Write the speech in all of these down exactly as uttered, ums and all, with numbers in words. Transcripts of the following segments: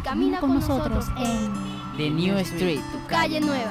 Camina con nosotros en The New Street, tu calle nueva.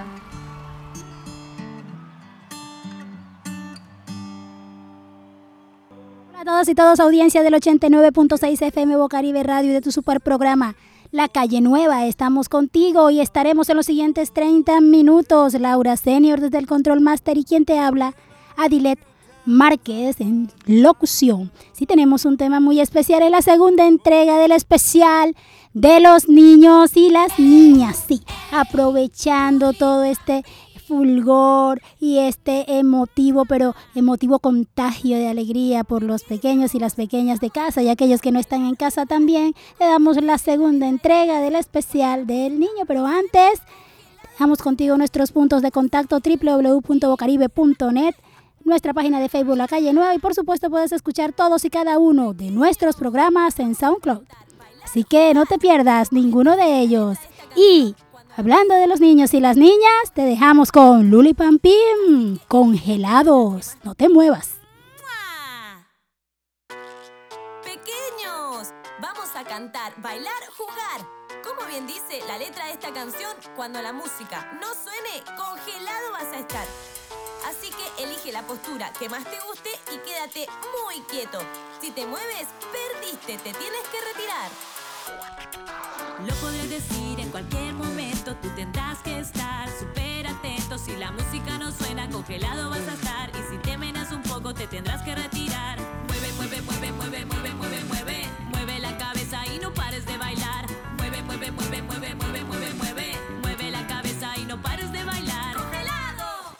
Hola a todos y todas, audiencia del ochenta y nueve punto seis F M Bocaribe Radio y de tu super programa La Calle Nueva. Estamos contigo y estaremos en los siguientes treinta minutos. Laura Senior desde el Control Master y quien te habla, Adilet Márquez en locución. Sí, tenemos un tema muy especial en la segunda entrega del especial de los niños y las niñas. Sí, aprovechando todo este fulgor y este emotivo, pero emotivo contagio de alegría por los pequeños y las pequeñas de casa y aquellos que no están en casa también, le damos la segunda entrega del especial del niño. Pero antes, dejamos contigo nuestros puntos de contacto: doble u doble u doble u punto bocaribe punto net, nuestra página de Facebook La Calle Nueva, y por supuesto puedes escuchar todos y cada uno de nuestros programas en SoundCloud. Así que no te pierdas ninguno de ellos. Y hablando de los niños y las niñas, te dejamos con Luli Pampín, Congelados. No te muevas. Pequeños, vamos a cantar, bailar, jugar. Como bien dice la letra de esta canción, cuando la música no suene, congelado vas a estar. Así que elige la postura que más te guste y quédate muy quieto. Si te mueves, perdiste, te tienes que retirar. Lo podré decir en cualquier momento, tú tendrás que estar súper atento. Si la música no suena, congelado vas a estar. Y si te meneas un poco, te tendrás que retirar. Mueve, mueve, mueve, mueve, mueve, mueve, mueve. Mueve la cabeza y no pares de bailar. Mueve, mueve, mueve, mueve, mueve, mueve, mueve. Mueve la cabeza y no pares de bailar. ¡Congelado!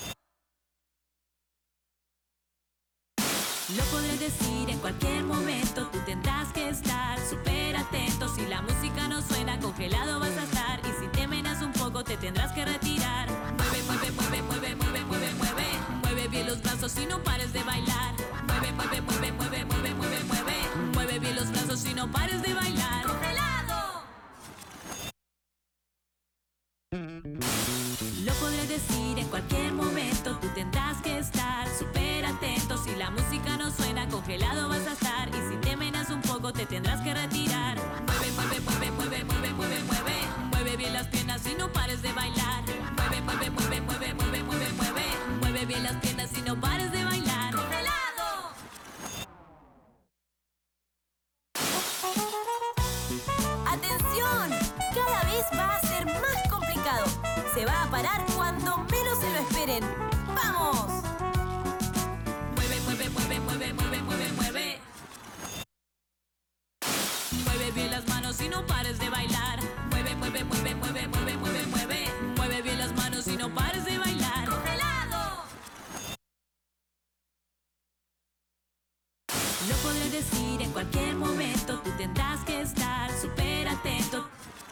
Lo podré decir en cualquier momento, tú tendrás que estar súper atento. Si la música no suena, congelado vas a estar. Y si te meneas un poco, te tendrás que retirar. Mueve, mueve, mueve, mueve, mueve, mueve, mueve. Mueve bien los brazos y no pares de bailar. Mueve, mueve, mueve, mueve, mueve, mueve, mueve. Mueve bien los brazos y no pares de bailar. ¡Congelado! Lo podré decir en cualquier momento, tú tendrás que estar súper atento. Si la música no suena, congelado vas a estar. Y si te meneas un poco, te tendrás que retirar. Mueve, mueve, mueve, mueve, mueve, mueve, mueve. Mueve bien las piernas y no pares de bailar. Mueve, mueve, mueve, mueve, mueve, mueve, mueve. Mueve bien las piernas y no pares de bailar. ¡Congelado! ¡Atención! Cada vez va a ser más complicado. Se va a parar cuando menos se lo esperen. ¡Vamos! Mueve, mueve, mueve, mueve, mueve, mueve, mueve. Mueve bien las manos y no pares de bailar. Mueve, mueve, mueve, mueve, mueve, mueve, mueve. Mueve bien las manos y no pares de bailar. ¡Congelado! Lo podré decir en cualquier momento, tú tendrás que estar súper atento.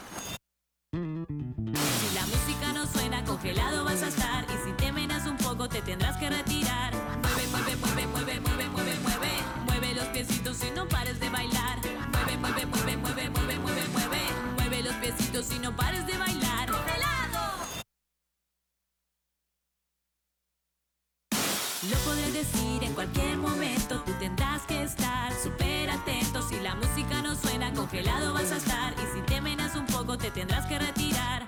Si la música no suena, congelado vas a estar. Y si te meneas un poco, te tendrás que retirar. Mueve, mueve, mueve, mueve, mueve, mueve, mueve. Mueve los piecitos y no pares de bailar. Mueve, mueve, mueve, mueve, mueve, mueve, mueve. Mueve los piecitos y no pares de bailar. ¡Congelado! Lo podré decir en cualquier momento, tú tendrás que estar súper atento. Si la música no suena, congelado vas a estar. Y si te meneas un poco, te tendrás que retirar.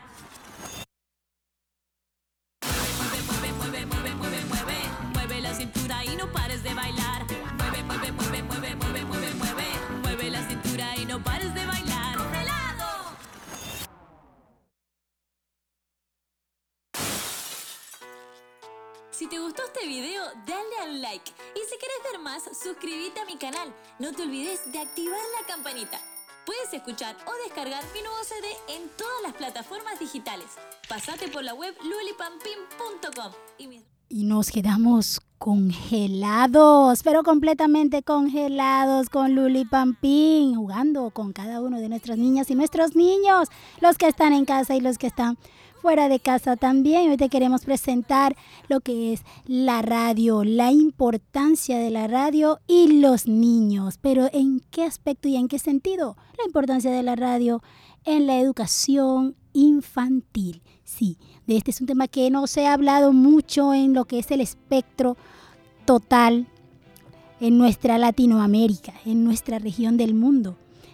Mueve, mueve, mueve, mueve, mueve, mueve. Mueve la cintura y no pares de bailar. Mueve, mueve, mueve, mueve, mueve, mueve, mueve. Mueve la cintura y no pares de bailar. ¡Congelado! Si te gustó este video, dale al like. Y si quieres ver más, suscríbete a mi canal. No te olvides de activar la campanita. Puedes escuchar o descargar mi nuevo C D en todas las plataformas digitales. Pásate por la web lulipampim punto com. Y, mi... Y nos quedamos congelados, pero completamente congelados con Luli Pampín, jugando con cada uno de nuestras niñas y nuestros niños, los que están en casa y los que están fuera de casa también. Hoy te queremos presentar lo que es la radio, la importancia de la radio y los niños. Pero ¿en qué aspecto y en qué sentido? La importancia de la radio en la educación infantil. Sí, de este es un tema que no se ha hablado mucho en lo que es el espectro total en nuestra Latinoamérica, en nuestra región del mundo.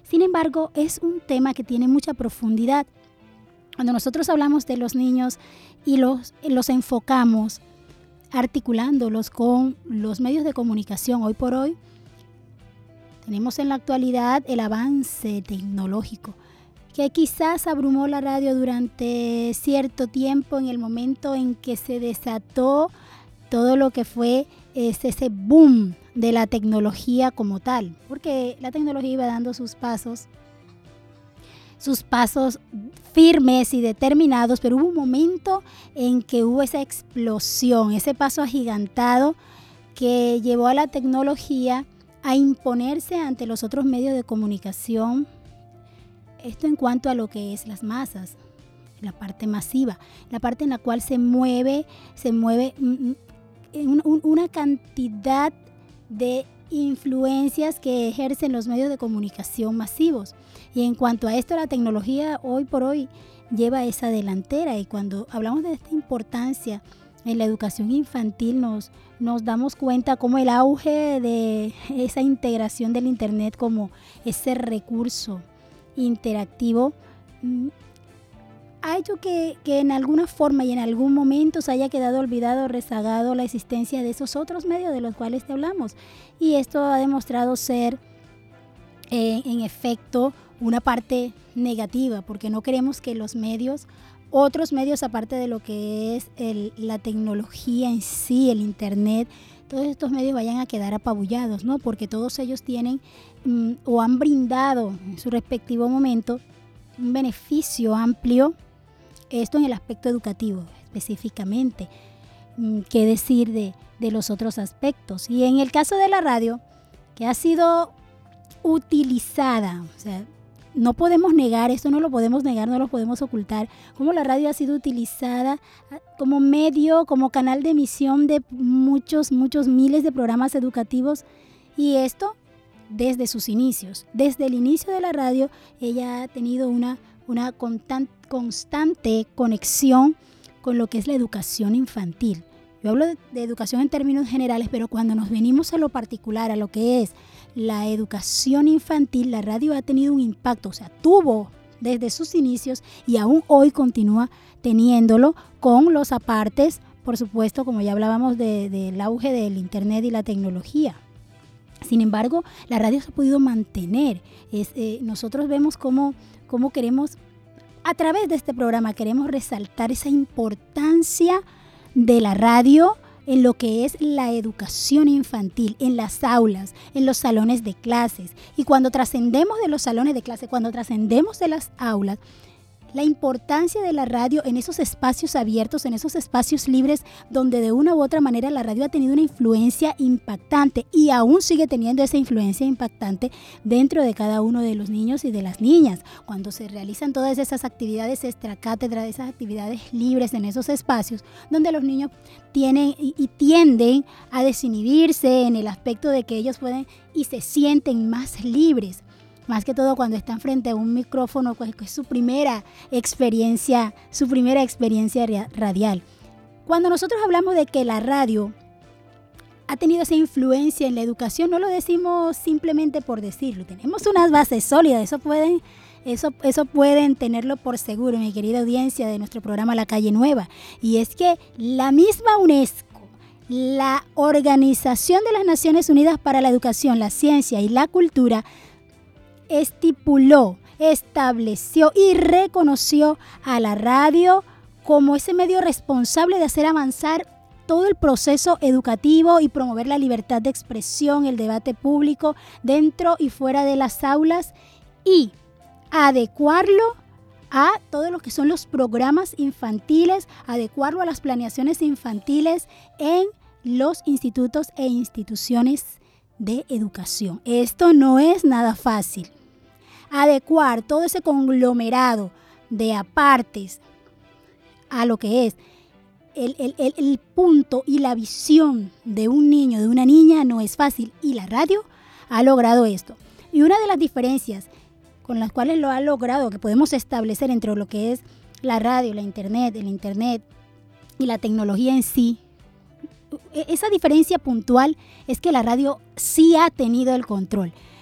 Sin embargo, es un tema que tiene mucha profundidad. Cuando nosotros hablamos de los niños y los, los enfocamos articulándolos con los medios de comunicación, hoy por hoy tenemos en la actualidad el avance tecnológico que quizás abrumó la radio durante cierto tiempo en el momento en que se desató todo lo que fue ese, ese boom de la tecnología como tal, porque la tecnología iba dando sus pasos, sus pasos firmes y determinados, pero hubo un momento en que hubo esa explosión, ese paso agigantado que llevó a la tecnología a imponerse ante los otros medios de comunicación. Esto en cuanto a lo que es las masas, la parte masiva, la parte en la cual se mueve, se mueve un, un, una cantidad de influencias que ejercen los medios de comunicación masivos. Y en cuanto a esto, la tecnología hoy por hoy lleva esa delantera, y cuando hablamos de esta importancia en la educación infantil nos, nos damos cuenta cómo el auge de esa integración del internet como ese recurso interactivo ha hecho que, que en alguna forma y en algún momento se haya quedado olvidado, rezagado la existencia de esos otros medios de los cuales te hablamos. Y esto ha demostrado ser eh, en efecto una parte negativa, porque no queremos que los medios, otros medios aparte de lo que es el, la tecnología en sí, el internet, todos estos medios vayan a quedar apabullados, ¿no? Porque todos ellos tienen mm, o han brindado en su respectivo momento un beneficio amplio, esto en el aspecto educativo específicamente, mm, qué decir de, de los otros aspectos. Y en el caso de la radio, que ha sido utilizada, o sea, no podemos negar, esto no lo podemos negar, no lo podemos ocultar, cómo la radio ha sido utilizada como medio, como canal de emisión de muchos, muchos miles de programas educativos, y esto desde sus inicios. Desde el inicio de la radio, ella ha tenido una, una constan- constante conexión con lo que es la educación infantil. Yo hablo de, de educación en términos generales, pero cuando nos venimos a lo particular, a lo que es la educación infantil, la radio ha tenido un impacto, o sea, tuvo desde sus inicios y aún hoy continúa teniéndolo con los apartes, por supuesto, como ya hablábamos de, del auge del internet y la tecnología. Sin embargo, la radio se ha podido mantener. Es, eh, nosotros vemos cómo, cómo queremos, a través de este programa, queremos resaltar esa importancia de la radio en lo que es la educación infantil, en las aulas, en los salones de clases. Y cuando trascendemos de los salones de clase, cuando trascendemos de las aulas, la importancia de la radio en esos espacios abiertos, en esos espacios libres, donde de una u otra manera la radio ha tenido una influencia impactante y aún sigue teniendo esa influencia impactante dentro de cada uno de los niños y de las niñas. Cuando se realizan todas esas actividades extracátedra, esas actividades libres en esos espacios, donde los niños tienen y, y tienden a desinhibirse en el aspecto de que ellos pueden y se sienten más libres. Más que todo cuando están frente a un micrófono, pues es su primera experiencia, su primera experiencia radial. Cuando nosotros hablamos de que la radio ha tenido esa influencia en la educación, no lo decimos simplemente por decirlo. Tenemos unas bases sólidas, eso pueden, eso, eso pueden tenerlo por seguro, mi querida audiencia de nuestro programa La Calle Nueva. Y es que la misma UNESCO, la Organización de las Naciones Unidas para la Educación, la Ciencia y la Cultura, estipuló, estableció y reconoció a la radio como ese medio responsable de hacer avanzar todo el proceso educativo y promover la libertad de expresión, el debate público dentro y fuera de las aulas, y adecuarlo a todo lo que son los programas infantiles, adecuarlo a las planeaciones infantiles en los institutos e instituciones de educación. Esto no es nada fácil. Adecuar todo ese conglomerado de apartes a lo que es el, el, el, el punto y la visión de un niño, de una niña, no es fácil. Y la radio ha logrado esto. Y una de las diferencias con las cuales lo ha logrado, que podemos establecer entre lo que es la radio, la internet, el internet y la tecnología en sí, esa diferencia puntual es que la radio sí ha tenido el control.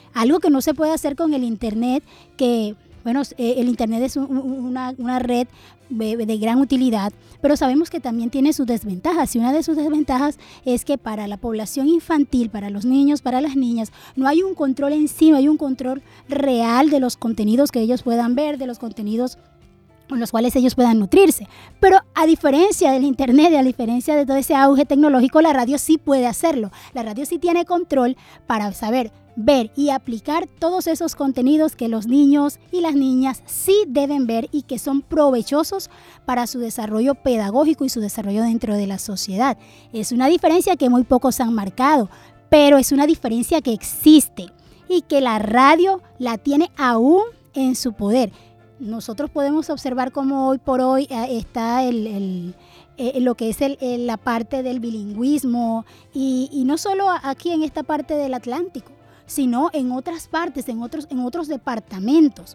Algo que no se puede hacer con el Internet, que bueno, eh, el Internet es un, una, una red de, de gran utilidad, pero sabemos que también tiene sus desventajas, y una de sus desventajas es que para la población infantil, para los niños, para las niñas, no hay un control en sí, no hay un control real de los contenidos que ellos puedan ver, de los contenidos con los cuales ellos puedan nutrirse. Pero a diferencia del Internet, a diferencia de todo ese auge tecnológico, la radio sí puede hacerlo. La radio sí tiene control para saber ver y aplicar todos esos contenidos que los niños y las niñas sí deben ver y que son provechosos para su desarrollo pedagógico y su desarrollo dentro de la sociedad. Es una diferencia que muy pocos han marcado, pero es una diferencia que existe y que la radio la tiene aún en su poder. Nosotros podemos observar cómo hoy por hoy está el, el, el, lo que es el, el, la parte del bilingüismo y, y no solo aquí en esta parte del Atlántico, sino en otras partes, en otros, en otros departamentos.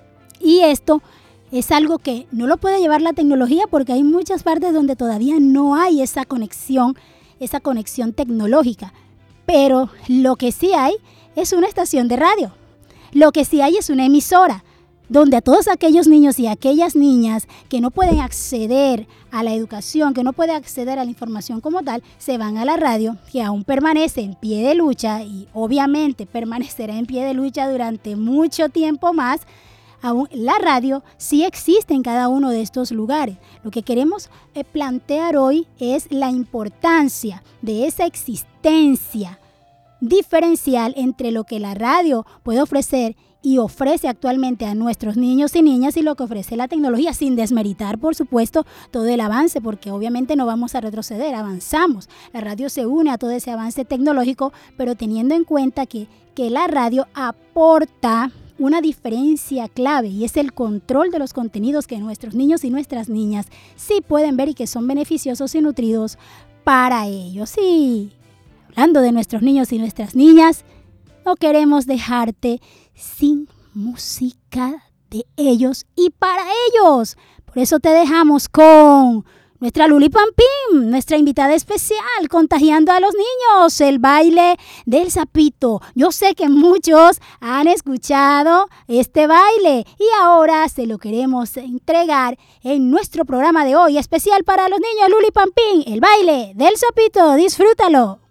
Y esto es algo que no lo puede llevar la tecnología porque hay muchas partes donde todavía no hay esa conexión, esa conexión tecnológica. Pero lo que sí hay es una estación de radio. Lo que sí hay es una emisora donde a todos aquellos niños y aquellas niñas que no pueden acceder a la educación, que no pueden acceder a la información como tal, se van a la radio, que aún permanece en pie de lucha y obviamente permanecerá en pie de lucha durante mucho tiempo más. Aún la radio sí existe en cada uno de estos lugares. Lo que queremos eh, plantear hoy es la importancia de esa existencia diferencial entre lo que la radio puede ofrecer y ofrece actualmente a nuestros niños y niñas y lo que ofrece la tecnología, sin desmeritar, por supuesto, todo el avance, porque obviamente no vamos a retroceder, avanzamos. La radio se une a todo ese avance tecnológico, pero teniendo en cuenta que, que la radio aporta una diferencia clave y es el control de los contenidos que nuestros niños y nuestras niñas sí pueden ver y que son beneficiosos y nutridos para ellos. Y hablando de nuestros niños y nuestras niñas, no queremos dejarte sin música de ellos y para ellos. Por eso te dejamos con nuestra Luli Pampín, nuestra invitada especial, contagiando a los niños el baile del sapito. Yo sé que muchos han escuchado este baile y ahora se lo queremos entregar en nuestro programa de hoy, especial para los niños. Luli Pampín, el baile del sapito. Disfrútalo.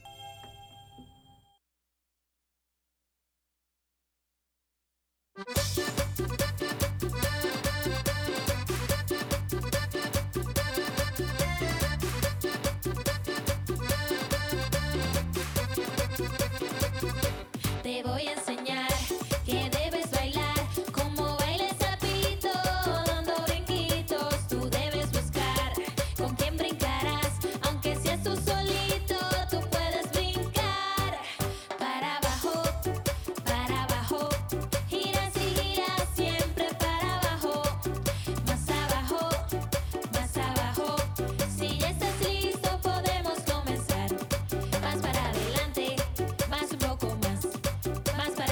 Te voy a enseñar que debes bailar como baila el sapito, dando brinquitos. Tú debes buscar con quién brincarás, aunque seas tú solito, tú puedes brincar. Para abajo, para abajo, giras y giras siempre para abajo. Más abajo, más abajo. Si ya estás listo, podemos comenzar. Más para adelante, más un poco más. Más para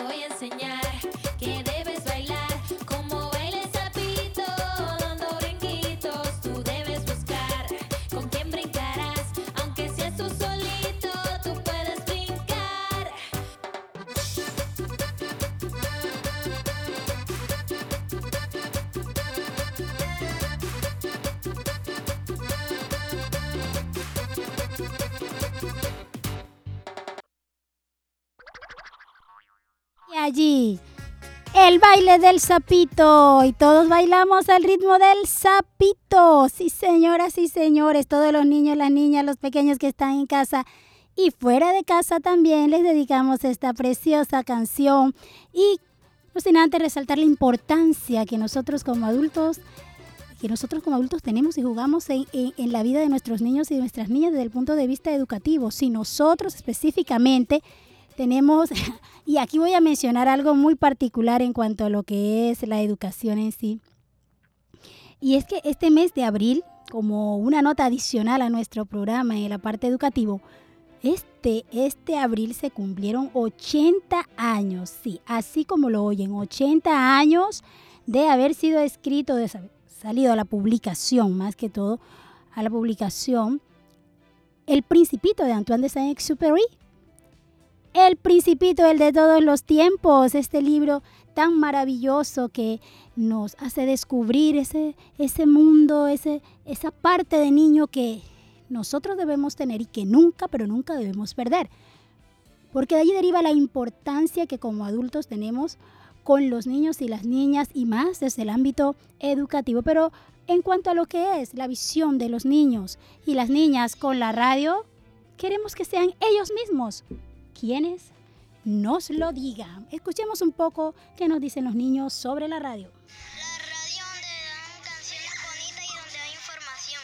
voy a enseñar que debes bailar como baila el sapito, dando brinquitos. Tú debes buscar con quién brincarás, aunque seas tú solito, tú puedes brincar. Y allí, el baile del sapito. Y todos bailamos al ritmo del sapito. Sí, señoras y señores, todos los niños, las niñas, los pequeños que están en casa y fuera de casa también les dedicamos esta preciosa canción. Y no sin antes resaltar la importancia que nosotros como adultos que nosotros como adultos tenemos y jugamos en, en, en la vida de nuestros niños y de nuestras niñas desde el punto de vista educativo. Si nosotros específicamente tenemos, y aquí voy a mencionar algo muy particular en cuanto a lo que es la educación en sí, y es que este mes de abril, como una nota adicional a nuestro programa en la parte educativo, este, este abril se cumplieron ochenta años, sí, así como lo oyen, ochenta años de haber sido escrito, de salido a la publicación, más que todo, a la publicación, El Principito de Antoine de Saint-Exupéry. El Principito, el de todos los tiempos, este libro tan maravilloso que nos hace descubrir ese, ese mundo, ese, esa parte de niño que nosotros debemos tener y que nunca, pero nunca debemos perder. Porque de allí deriva la importancia que como adultos tenemos con los niños y las niñas y más desde el ámbito educativo. Pero en cuanto a lo que es la visión de los niños y las niñas con la radio, queremos que sean ellos mismos quienes nos lo digan. Escuchemos un poco qué nos dicen los niños sobre la radio. La radio donde dan canciones bonitas y donde hay información.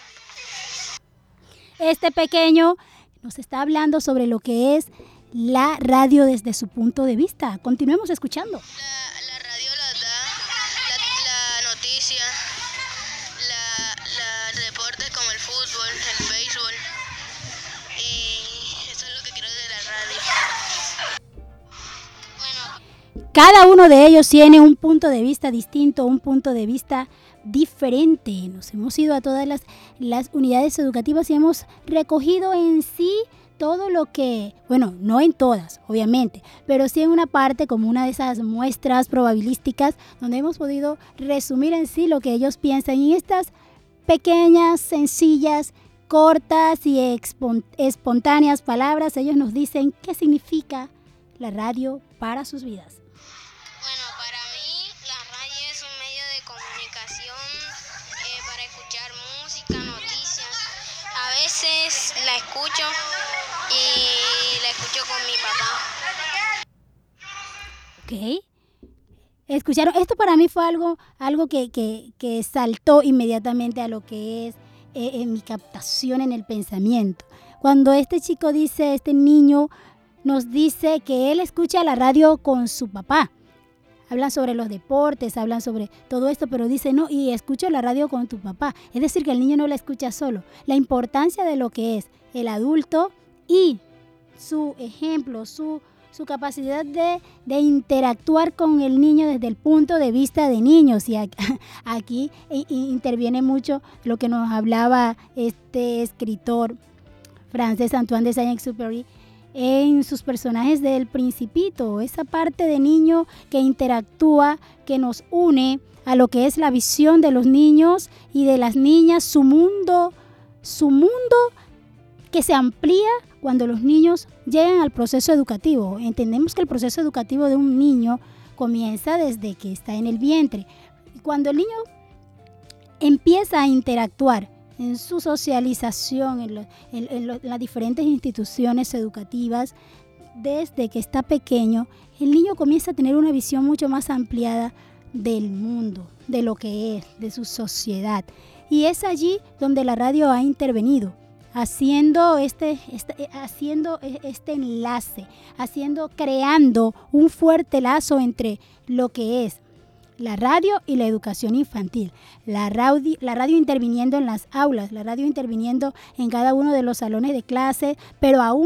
Este pequeño nos está hablando sobre lo que es la radio desde su punto de vista. Continuemos escuchando. La, la radio la da la, la noticia, la, la deportes como el fútbol, el béisbol. Y eso es lo que quiero de la radio. Bueno, Cada uno de ellos tiene un punto de vista distinto, un punto de vista diferente. Nos hemos ido a todas las, las unidades educativas y hemos recogido en sí todo lo que, bueno, no en todas, obviamente, pero sí en una parte como una de esas muestras probabilísticas donde hemos podido resumir en sí lo que ellos piensan. Y estas pequeñas, sencillas, cortas y expon- espontáneas palabras, ellos nos dicen qué significa la radio para sus vidas. bueno, para mí la radio es un medio de comunicación eh, para escuchar música, noticias. A veces la escucho y la escucho con mi papá. ¿Ok? ¿Escucharon? Esto para mí fue algo, algo que, que, que saltó inmediatamente a lo que es eh, en mi captación en el pensamiento. Cuando este chico dice, este niño nos dice que él escucha la radio con su papá. Hablan sobre los deportes, hablan sobre todo esto, pero dice, no, y escucho la radio con tu papá. Es decir, que el niño no la escucha solo. La importancia de lo que es el adulto y su ejemplo, su, su capacidad de, de interactuar con el niño desde el punto de vista de niños. Y aquí, aquí interviene mucho lo que nos hablaba este escritor francés Antoine de Saint-Exupéry en sus personajes del Principito, esa parte de niño que interactúa, que nos une a lo que es la visión de los niños y de las niñas, su mundo, su mundo que se amplía cuando los niños llegan al proceso educativo. Entendemos que el proceso educativo de un niño comienza desde que está en el vientre. Cuando el niño empieza a interactuar en su socialización, en, lo, en, en, lo, en las diferentes instituciones educativas, desde que está pequeño, el niño comienza a tener una visión mucho más ampliada del mundo, de lo que es, de su sociedad. Y es allí donde la radio ha intervenido, haciendo este, este, haciendo este enlace, haciendo, creando un fuerte lazo entre lo que es la radio y la educación infantil. La radio, la radio interviniendo en las aulas, la radio interviniendo en cada uno de los salones de clase, pero aún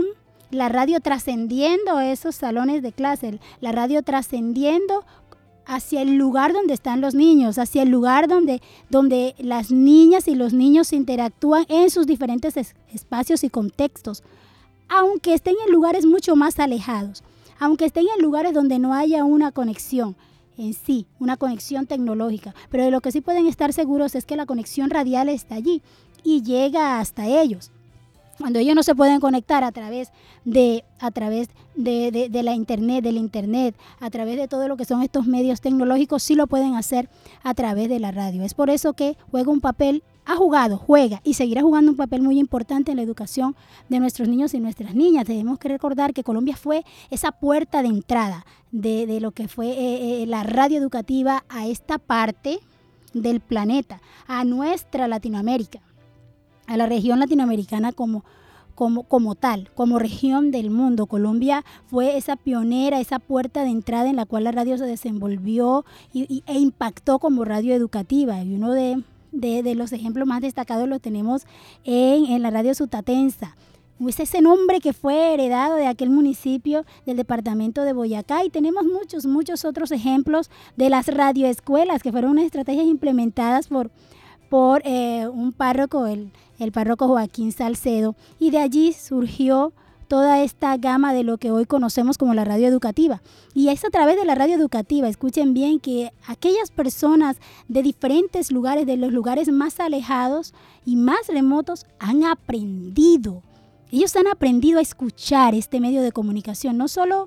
la radio trascendiendo esos salones de clase, la radio trascendiendo hacia el lugar donde están los niños, hacia el lugar donde, donde las niñas y los niños interactúan en sus diferentes es, espacios y contextos, aunque estén en lugares mucho más alejados, aunque estén en lugares donde no haya una conexión en sí, una conexión tecnológica, pero de lo que sí pueden estar seguros es que la conexión radial está allí y llega hasta ellos. Cuando ellos no se pueden conectar a través de, a través de, de, de la internet, del internet, a través de todo lo que son estos medios tecnológicos, sí lo pueden hacer a través de la radio. Es por eso que juega un papel, ha jugado, juega y seguirá jugando un papel muy importante en la educación de nuestros niños y nuestras niñas. Tenemos que recordar que Colombia fue esa puerta de entrada de, de lo que fue eh, eh, la radio educativa a esta parte del planeta, a nuestra Latinoamérica, a la región latinoamericana como, como, como tal, como región del mundo. Colombia fue esa pionera, esa puerta de entrada en la cual la radio se desenvolvió y, y, e impactó como radio educativa. Y uno de, de, de los ejemplos más destacados lo tenemos en, en la radio Sutatensa. Es ese nombre que fue heredado de aquel municipio del departamento de Boyacá, y tenemos muchos, muchos otros ejemplos de las radioescuelas, que fueron unas estrategias implementadas por por eh, un párroco, el, el párroco Joaquín Salcedo, y de allí surgió toda esta gama de lo que hoy conocemos como la radio educativa. Y es a través de la radio educativa, escuchen bien, que aquellas personas de diferentes lugares, de los lugares más alejados y más remotos, han aprendido. Ellos han aprendido a escuchar este medio de comunicación, no solo,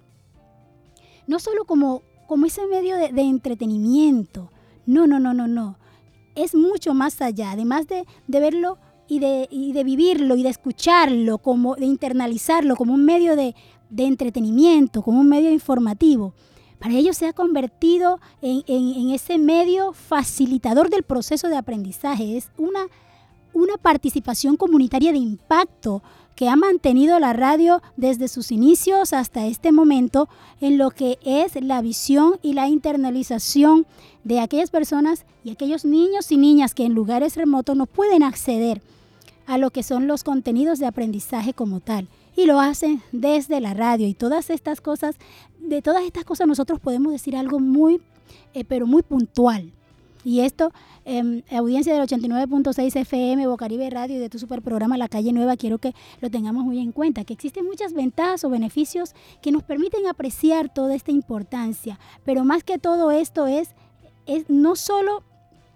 no solo como, como ese medio de, de entretenimiento, no, no, no, no, no. Es mucho más allá, además de, de verlo y de, y de vivirlo y de escucharlo, como, de internalizarlo como un medio de, de entretenimiento, como un medio informativo. Para ellos se ha convertido en, en, en ese medio facilitador del proceso de aprendizaje. Es una, una participación comunitaria de impacto que ha mantenido la radio desde sus inicios hasta este momento en lo que es la visión y la internalización de aquellas personas y aquellos niños y niñas que en lugares remotos no pueden acceder a lo que son los contenidos de aprendizaje como tal, y lo hacen desde la radio. Y todas estas cosas, de todas estas cosas nosotros podemos decir algo muy, eh, pero muy puntual. Y esto, eh, audiencia del ochenta y nueve punto seis F M, Bocaribe Radio y de tu super programa La Calle Nueva, quiero que lo tengamos muy en cuenta, que existen muchas ventajas o beneficios que nos permiten apreciar toda esta importancia, pero más que todo esto es, es no solo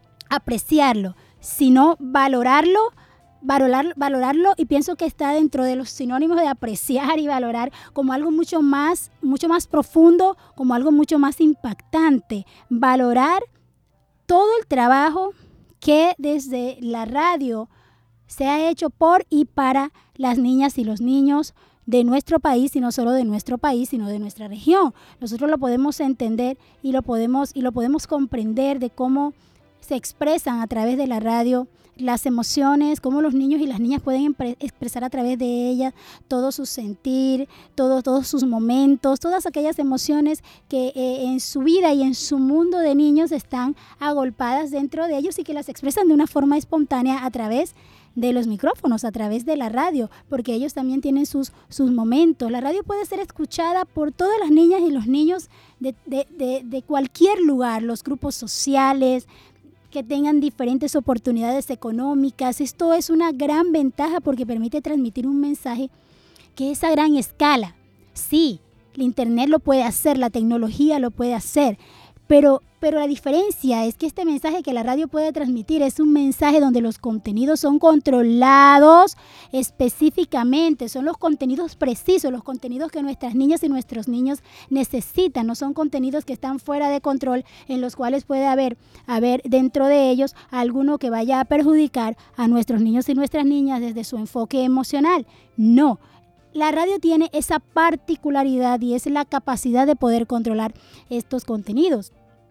apreciarlo, sino valorarlo, valorar, valorarlo, y pienso que está dentro de los sinónimos de apreciar y valorar como algo mucho más, mucho más profundo, como algo mucho más impactante. Valorar todo el trabajo que desde la radio se ha hecho por y para las niñas y los niños de nuestro país, y no solo de nuestro país, sino de nuestra región. Nosotros lo podemos entender y lo podemos, y lo podemos comprender de cómo se expresan a través de la radio las emociones, cómo los niños y las niñas pueden expresar a través de ellas todo su sentir, todo, todos sus momentos, todas aquellas emociones que eh, en su vida y en su mundo de niños están agolpadas dentro de ellos y que las expresan de una forma espontánea a través de los micrófonos, a través de la radio, porque ellos también tienen sus, sus momentos. La radio puede ser escuchada por todas las niñas y los niños de, de, de, de cualquier lugar, los grupos sociales, que tengan diferentes oportunidades económicas. Esto es una gran ventaja porque permite transmitir un mensaje que es a gran escala. Sí, el internet lo puede hacer, la tecnología lo puede hacer, pero, pero la diferencia es que este mensaje que la radio puede transmitir es un mensaje donde los contenidos son controlados específicamente, son los contenidos precisos, los contenidos que nuestras niñas y nuestros niños necesitan, no son contenidos que están fuera de control, en los cuales puede haber, haber dentro de ellos alguno que vaya a perjudicar a nuestros niños y nuestras niñas desde su enfoque emocional. No. La radio tiene esa particularidad y es la capacidad de poder controlar estos contenidos.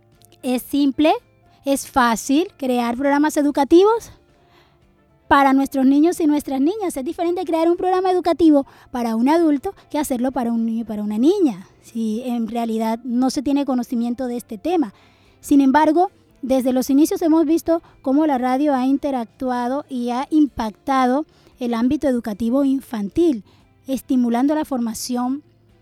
Es simple, es fácil crear programas educativos para nuestros niños y nuestras niñas. Es diferente crear un programa educativo para un adulto que hacerlo para un niño y para una niña, si en realidad no se tiene conocimiento de este tema. Sin embargo, desde los inicios hemos visto cómo la radio ha interactuado y ha impactado el ámbito educativo infantil. estimulando la formación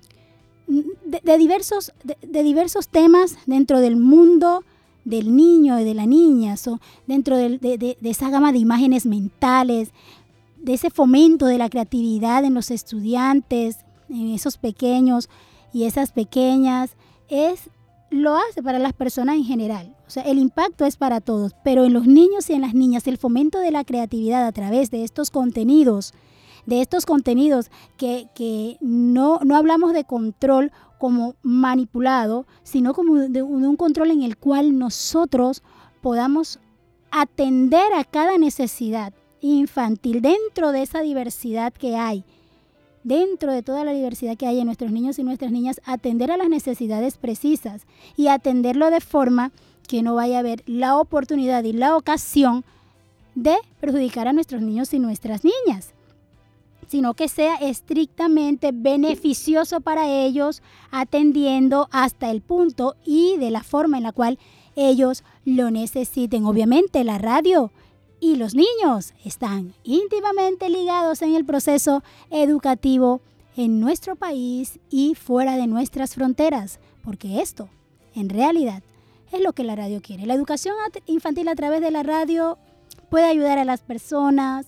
de, de, diversos, de, de diversos temas dentro del mundo del niño y de la niña, so, dentro de, de, de, de esa gama de imágenes mentales, de ese fomento de la creatividad en los estudiantes, en esos pequeños y esas pequeñas, es, lo hace para las personas en general. O sea, el impacto es para todos, pero en los niños y en las niñas, el fomento de la creatividad a través de estos contenidos, de estos contenidos que, que no, no hablamos de control como manipulado, sino como de, de un control en el cual nosotros podamos atender a cada necesidad infantil dentro de esa diversidad que hay, dentro de toda la diversidad que hay en nuestros niños y nuestras niñas, atender a las necesidades precisas y atenderlo de forma que no vaya a haber la oportunidad y la ocasión de perjudicar a nuestros niños y nuestras niñas, sino que sea estrictamente beneficioso para ellos, atendiendo hasta el punto y de la forma en la cual ellos lo necesiten. Obviamente la radio y los niños están íntimamente ligados en el proceso educativo en nuestro país y fuera de nuestras fronteras, porque esto, en realidad, es lo que la radio quiere. La educación infantil a través de la radio puede ayudar a las personas,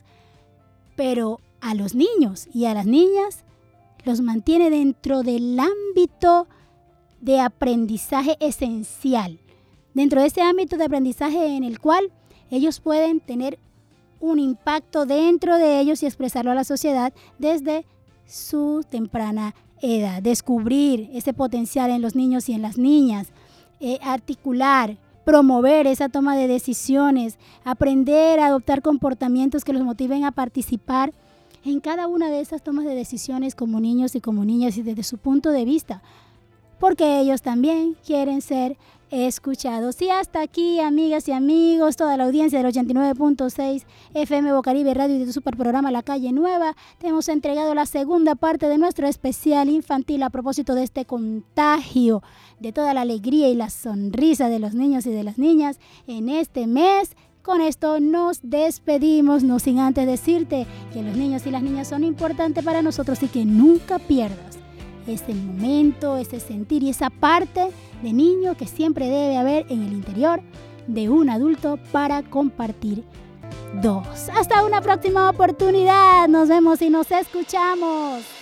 pero a los niños y a las niñas los mantiene dentro del ámbito de aprendizaje esencial, dentro de ese ámbito de aprendizaje en el cual ellos pueden tener un impacto dentro de ellos y expresarlo a la sociedad desde su temprana edad. Descubrir ese potencial en los niños y en las niñas, eh, articular, promover esa toma de decisiones, aprender a adoptar comportamientos que los motiven a participar en cada una de esas tomas de decisiones como niños y como niñas y desde su punto de vista, porque ellos también quieren ser escuchados. Y hasta aquí, amigas y amigos, toda la audiencia del ochenta y nueve punto seis F M Bocaribe Radio y de tu super programa La Calle Nueva, te hemos entregado la segunda parte de nuestro especial infantil a propósito de este contagio, de toda la alegría y la sonrisa de los niños y de las niñas en este mes. Con esto nos despedimos, no sin antes decirte que los niños y las niñas son importantes para nosotros y que nunca pierdas ese momento, ese sentir y esa parte de niño que siempre debe haber en el interior de un adulto para compartir dos. Hasta una próxima oportunidad, nos vemos y nos escuchamos.